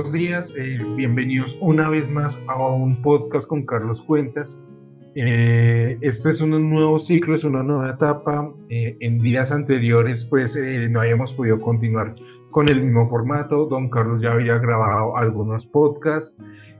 buenos días, bienvenidos una vez más a un podcast con Carlos Cuentas. Este es un nuevo ciclo, es una nueva etapa. En días anteriores pues no habíamos podido continuar con el mismo formato. Don Carlos ya había grabado algunos podcasts.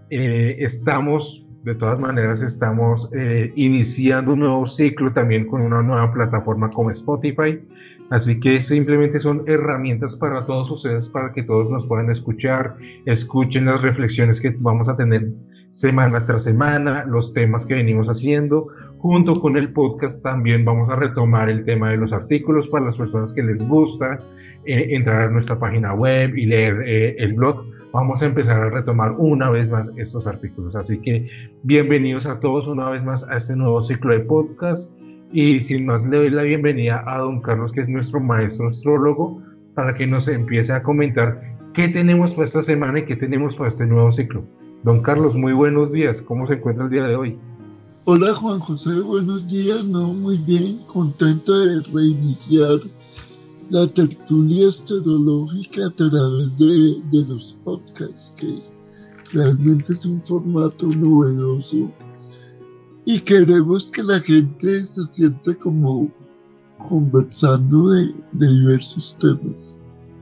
De todas maneras, estamos iniciando un nuevo ciclo también con una nueva plataforma como Spotify. Así que simplemente son herramientas para todos ustedes, para que todos nos puedan escuchar, escuchen las reflexiones que vamos a tener semana tras semana, los temas que venimos haciendo. Junto con el podcast también vamos a retomar el tema de los artículos para las personas que les gusta entrar a nuestra página web y leer el blog. Vamos a empezar a retomar una vez más estos artículos. Así que bienvenidos a todos una vez más a este nuevo ciclo de podcast. Y sin más, le doy la bienvenida a don Carlos, que es nuestro maestro astrólogo, para que nos empiece a comentar qué tenemos para esta semana y qué tenemos para este nuevo ciclo. Don Carlos, muy buenos días. ¿Cómo se encuentra el día de hoy? Hola Juan José, buenos días. No, muy bien, contento de reiniciar la tertulia astrológica a través de los podcasts, que realmente es un formato novedoso. Y queremos que la gente se sienta como conversando de diversos temas.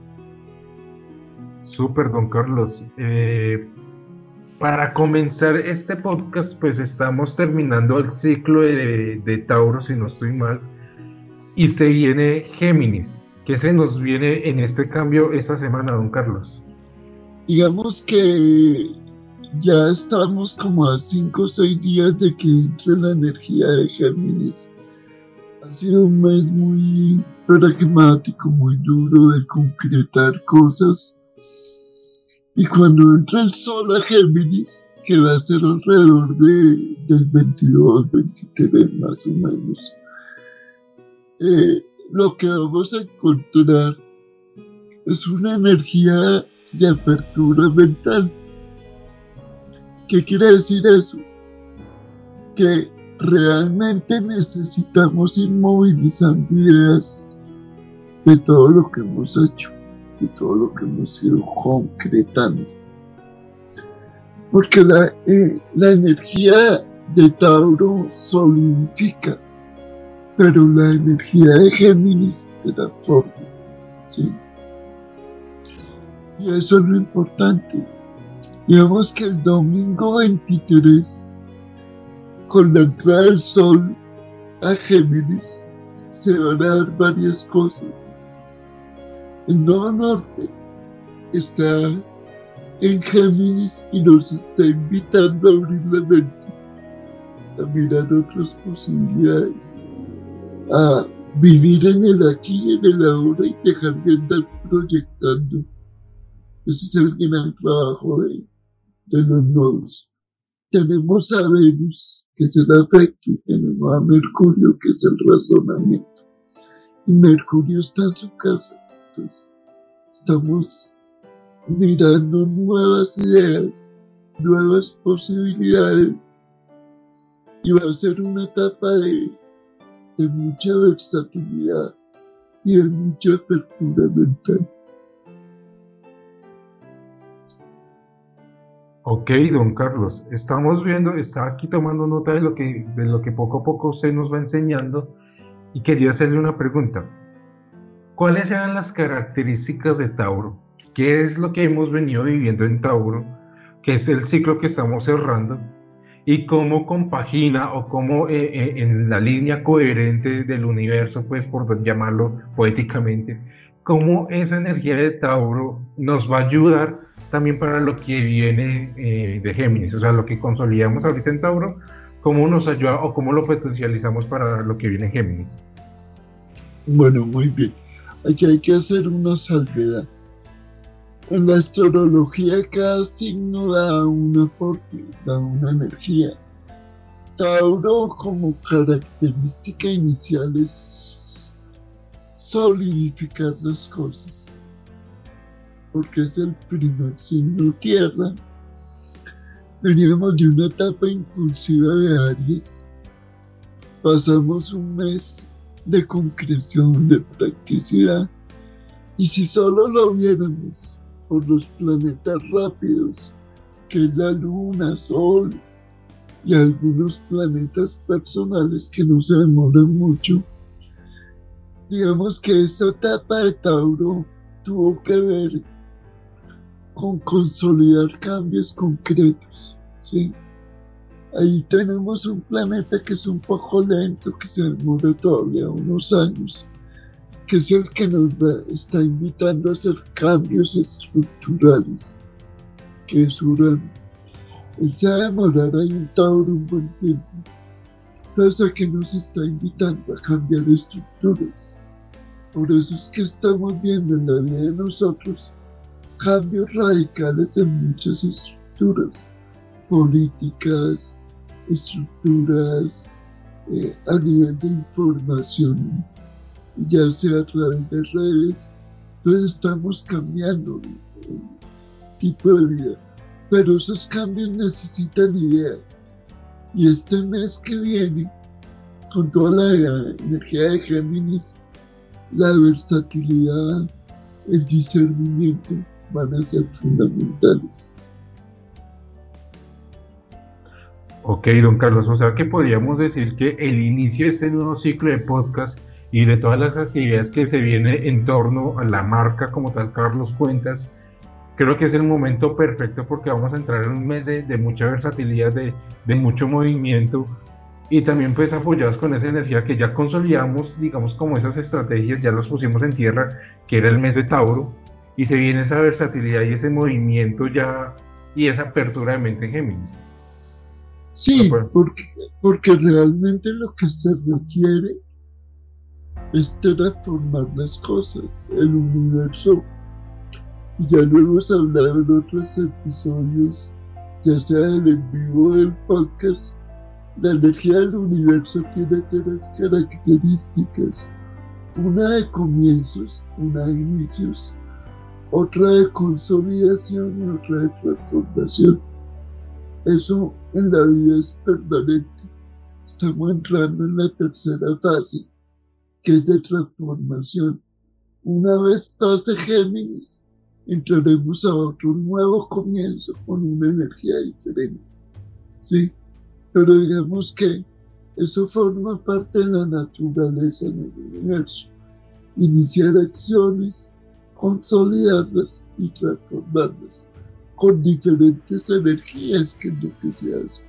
Súper, don Carlos. Para comenzar este podcast, pues estamos terminando el ciclo de Tauro, si no estoy mal, y se viene Géminis. ¿Qué se nos viene en este cambio esta semana, don Carlos? Digamos que ya estamos como a 5 o 6 días de que entre la energía de Géminis. Ha sido un mes muy pragmático, muy duro de concretar cosas. Y cuando entra el Sol a Géminis, que va a ser alrededor del 22, 23 más o menos, lo que vamos a encontrar es una energía de apertura mental. ¿Qué quiere decir eso? Que realmente necesitamos ir movilizando ideas de todo lo que hemos hecho, de todo lo que hemos ido concretando. Porque la energía de Tauro solidifica, pero la energía de Géminis transforma, ¿sí? Y eso es lo importante. Digamos que el domingo 23, con la entrada del Sol a Géminis, se van a dar varias cosas. El Nodo Norte está en Géminis y nos está invitando a abrir la mente, a mirar otras posibilidades, a vivir en el aquí y en el ahora y dejar de andar proyectando. Ese es el gran trabajo de los nodos. Tenemos a Venus, que es el afecto, y tenemos a Mercurio, que es el razonamiento. Y Mercurio está en su casa. Entonces, estamos mirando nuevas ideas, nuevas posibilidades, y va a ser una etapa de mucha versatilidad y de mucha apertura mental. Ok, don Carlos, estamos viendo, está aquí tomando nota de lo que poco a poco usted nos va enseñando, y quería hacerle una pregunta. ¿Cuáles eran las características de Tauro? ¿Qué es lo que hemos venido viviendo en Tauro? ¿Qué es el ciclo que estamos cerrando? ¿Y cómo compagina o cómo en la línea coherente del universo, pues por llamarlo poéticamente, cómo esa energía de Tauro nos va a ayudar también para lo que viene de Géminis? O sea, lo que consolidamos ahorita en Tauro, ¿cómo nos ayuda o cómo lo potencializamos para lo que viene en Géminis? Bueno, muy bien. Aquí hay que hacer una salvedad. En la astrología cada signo da un aporte, da una energía. Tauro como característica inicial es solidificar las cosas, porque es el primer signo tierra. Veníamos de una etapa impulsiva de Aries, pasamos un mes de concreción, de practicidad, y si solo lo viéramos por los planetas rápidos, que es la Luna, Sol y algunos planetas personales que no se demoran mucho. Digamos que esta etapa de Tauro tuvo que ver con consolidar cambios concretos, ¿sí? Ahí tenemos un planeta que es un poco lento, que se demora todavía unos años, que es el que nos está invitando a hacer cambios estructurales, que es Urano. Él se va a demorar ahí en Tauro un buen tiempo. Entonces aquí nos está invitando a cambiar estructuras. Por eso es que estamos viendo en la vida de nosotros cambios radicales en muchas estructuras políticas, estructuras a nivel de información, ya sea a través de redes. Entonces estamos cambiando el tipo de vida, pero esos cambios necesitan ideas. Y este mes que viene, con toda la energía de Géminis, la versatilidad, el discernimiento van a ser fundamentales. Ok, don Carlos, o sea que podríamos decir que el inicio de este nuevo ciclo de podcast y de todas las actividades que se viene en torno a la marca como tal, Carlos Cuentas, creo que es el momento perfecto porque vamos a entrar en un mes de mucha versatilidad, de mucho movimiento y también pues apoyados con esa energía que ya consolidamos, digamos como esas estrategias, ya los pusimos en tierra, que era el mes de Tauro, y se viene esa versatilidad y ese movimiento ya y esa apertura de mente en Géminis. Sí, porque realmente lo que se requiere es transformar las cosas, el universo. Y ya lo hemos hablado en otros episodios, ya sea en el vivo del podcast. La energía del universo tiene tres características: una de comienzos, una de inicios, otra de consolidación y otra de transformación. Eso en la vida es permanente. Estamos entrando en la tercera fase, que es de transformación. Una vez pase Géminis, entraremos a otro nuevo comienzo con una energía diferente, ¿sí? Pero digamos que eso forma parte de la naturaleza en el universo. Iniciar acciones, consolidarlas y transformarlas con diferentes energías, que es lo que se hace.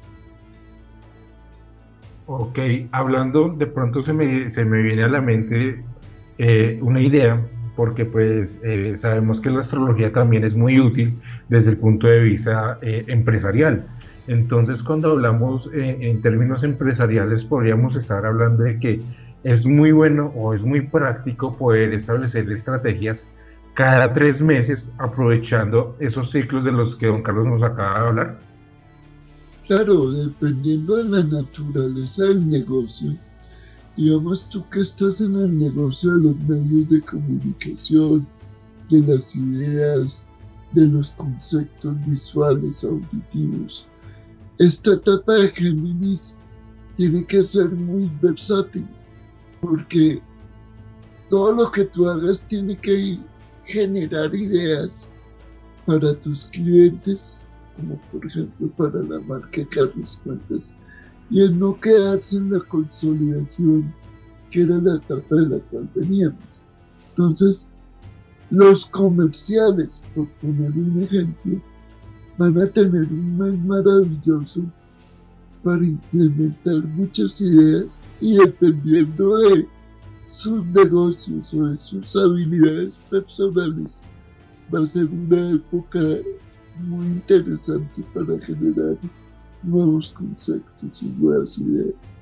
Ok, hablando, de pronto se me viene a la mente una idea, porque pues sabemos que la astrología también es muy útil desde el punto de vista empresarial. Entonces, cuando hablamos en términos empresariales, podríamos estar hablando de que es muy bueno o es muy práctico poder establecer estrategias cada 3 meses, aprovechando esos ciclos de los que don Carlos nos acaba de hablar. Claro, dependiendo de la naturaleza del negocio. Digamos, tú que estás en el negocio de los medios de comunicación, de las ideas, de los conceptos visuales, auditivos. Esta etapa de Géminis tiene que ser muy versátil, porque todo lo que tú hagas tiene que generar ideas para tus clientes, como por ejemplo para la marca Carlos Cuentas, y el no quedarse en la consolidación, que era la etapa de la cual veníamos. Entonces, los comerciales, por poner un ejemplo, van a tener un mes maravilloso para implementar muchas ideas, y dependiendo de sus negocios o de sus habilidades personales, va a ser una época muy interesante para generar nuevos conceptos y nuevas ideas.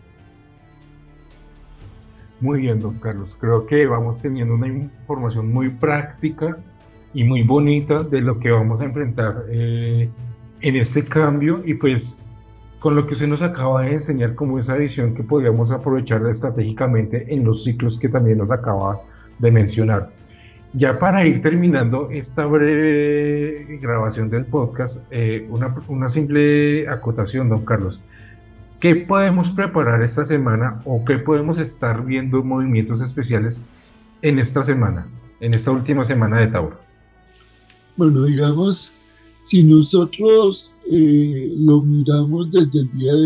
Muy bien, don Carlos. Creo que vamos teniendo una información muy práctica y muy bonita de lo que vamos a enfrentar en este cambio, y pues con lo que usted nos acaba de enseñar como esa visión que podríamos aprovechar estratégicamente en los ciclos que también nos acaba de mencionar. Ya para ir terminando esta breve grabación del podcast, una simple acotación, don Carlos. ¿Qué podemos preparar esta semana o qué podemos estar viendo movimientos especiales en esta semana, en esta última semana de Tauro? Bueno, digamos, si nosotros lo miramos desde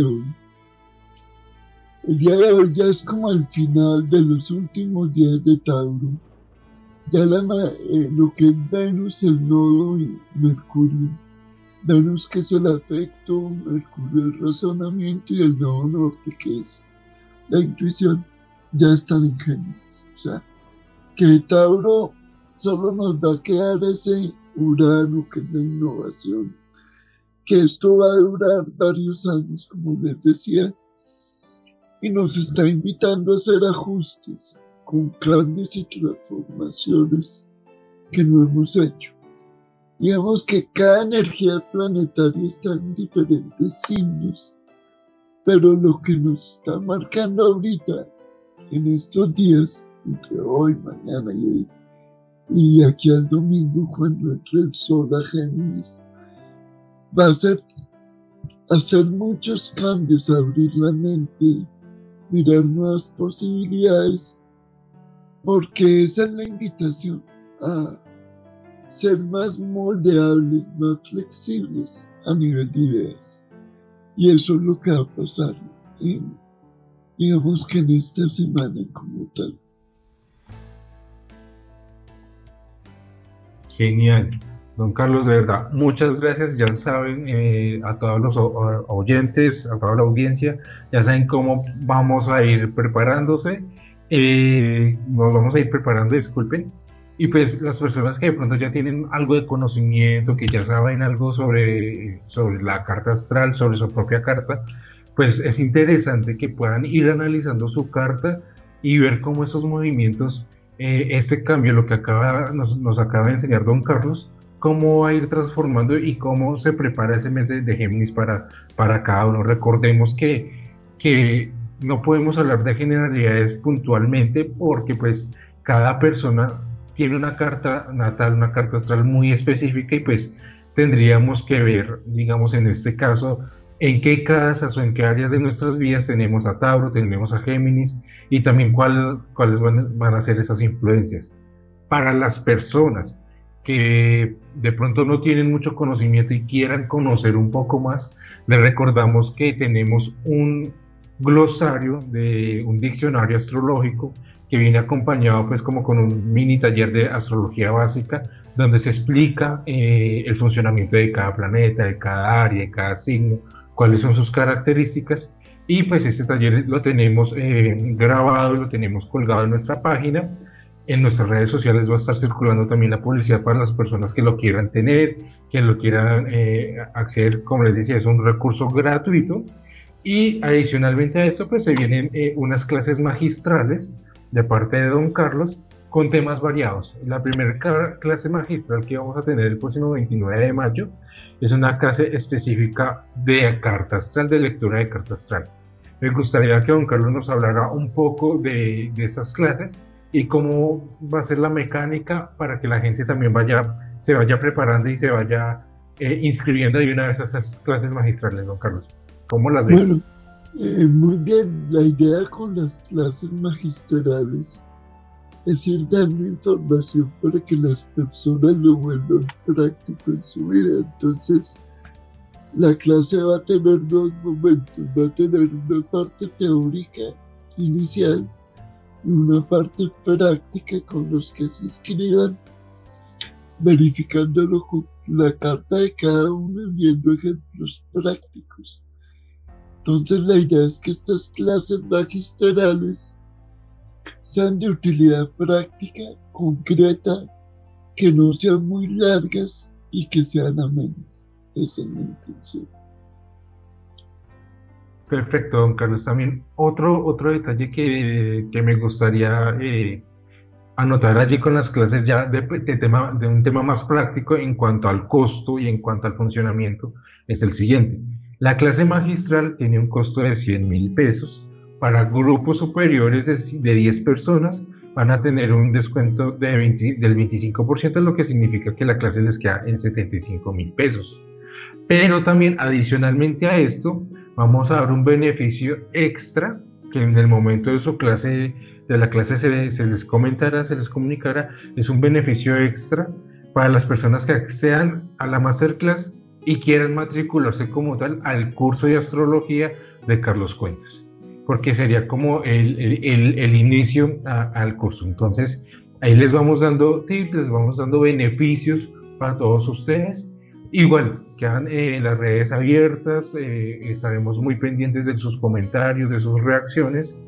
el día de hoy ya es como el final de los últimos días de Tauro. Ya lo que es Venus, el nodo y Mercurio. Venus, que es el afecto, Mercurio el razonamiento y el nodo norte, que es la intuición, ya están en Géminis. O sea, que Tauro solo nos va a quedar ese Urano, que es la innovación, que esto va a durar varios años, como les decía, y nos está invitando a hacer ajustes con cambios y transformaciones que no hemos hecho. Digamos que cada energía planetaria está en diferentes signos, pero lo que nos está marcando ahorita, en estos días, entre hoy, mañana y aquí al domingo, cuando entre el Sol a Géminis, va a ser hacer muchos cambios, abrir la mente, mirar nuevas posibilidades, porque esa es la invitación a ser más moldeables, más flexibles a nivel de ideas. Y eso es lo que va a pasar, digamos que en esta semana como tal. Genial. Don Carlos, de verdad, muchas gracias. Ya saben, a todos los oyentes, a toda la audiencia, ya saben cómo vamos a ir preparándose. Nos vamos a ir preparando, disculpen. Y pues las personas que de pronto ya tienen algo de conocimiento, que ya saben algo sobre la carta astral, sobre su propia carta, pues es interesante que puedan ir analizando su carta y ver cómo esos movimientos, este cambio, lo que nos acaba de enseñar don Carlos, cómo va a ir transformando y cómo se prepara ese mes de Géminis para cada uno. Recordemos que no podemos hablar de generalidades puntualmente porque pues cada persona tiene una carta natal, una carta astral muy específica y pues tendríamos que ver, digamos en este caso, en qué casas o en qué áreas de nuestras vidas tenemos a Tauro, tenemos a Géminis y también cuáles van a ser esas influencias. Para las personas que de pronto no tienen mucho conocimiento y quieran conocer un poco más, les recordamos que tenemos un glosario, un diccionario astrológico que viene acompañado pues como con un mini taller de astrología básica donde se explica el funcionamiento de cada planeta, de cada área, de cada signo, cuáles son sus características y pues este taller lo tenemos grabado, lo tenemos colgado en nuestra página. En nuestras redes sociales va a estar circulando también la publicidad para las personas que lo quieran tener, que lo quieran acceder. Como les decía, es un recurso gratuito y adicionalmente a eso pues se vienen unas clases magistrales de parte de don Carlos con temas variados. La primera clase magistral que vamos a tener el próximo 29 de mayo es una clase específica de carta astral, de lectura de carta astral. Me gustaría que don Carlos nos hablara un poco de esas clases y cómo va a ser la mecánica para que la gente también se vaya preparando y se vaya inscribiendo de una vez a esas clases magistrales, don Carlos. ¿Cómo las ves? Bueno, muy bien. La idea con las clases magistrales es ir dando información para que las personas lo vuelvan práctico en su vida. Entonces, la clase va a tener dos momentos. Va a tener una parte teórica inicial y una parte práctica con los que se inscriban, verificándolo con la carta de cada uno y viendo ejemplos prácticos. Entonces la idea es que estas clases magistrales sean de utilidad práctica, concreta, que no sean muy largas y que sean amenas. Esa es mi intención. Perfecto, don Carlos. También otro detalle que me gustaría anotar allí con las clases ya de un tema más práctico en cuanto al costo y en cuanto al funcionamiento es el siguiente. La clase magistral tiene un costo de 100.000 pesos. Para grupos superiores de 10 personas van a tener un descuento del 25%, lo que significa que la clase les queda en 75.000 pesos. Pero también adicionalmente a esto vamos a dar un beneficio extra que en el momento de la clase se les comentará, se les comunicará. Es un beneficio extra para las personas que accedan a la Masterclass y quieran matricularse como tal al curso de astrología de Carlos Cuentas, porque sería como el inicio al curso. Entonces, ahí les vamos dando tips, les vamos dando beneficios para todos ustedes. Igual, quedan las redes abiertas, estaremos muy pendientes de sus comentarios, de sus reacciones.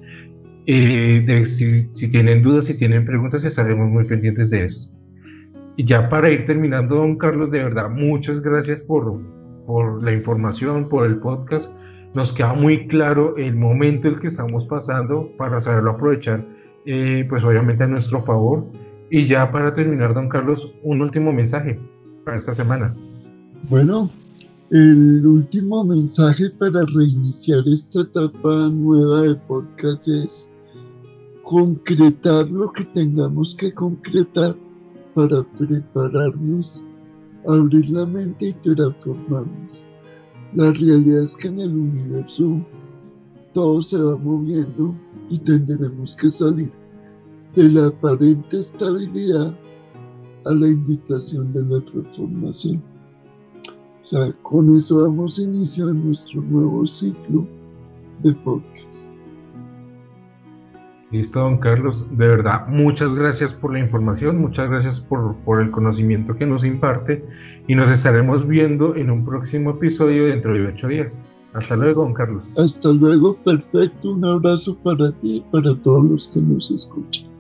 Si tienen dudas, si tienen preguntas, estaremos muy pendientes de esto. Y ya para ir terminando, don Carlos, de verdad, muchas gracias por la información, por el podcast. Nos queda muy claro el momento en el que estamos pasando para saberlo aprovechar, pues obviamente a nuestro favor. Y ya para terminar, don Carlos, un último mensaje para esta semana. Bueno, el último mensaje para reiniciar esta etapa nueva de podcast es concretar lo que tengamos que concretar para prepararnos, abrir la mente y transformarnos. La realidad es que en el universo todo se va moviendo y tendremos que salir de la aparente estabilidad a la invitación de la transformación. O sea, con eso damos inicio a nuestro nuevo ciclo de podcast. Listo, don Carlos, de verdad, muchas gracias por la información, muchas gracias por el conocimiento que nos imparte y nos estaremos viendo en un próximo episodio dentro de 8 días. Hasta luego, don Carlos. Hasta luego, perfecto, un abrazo para ti y para todos los que nos escuchan.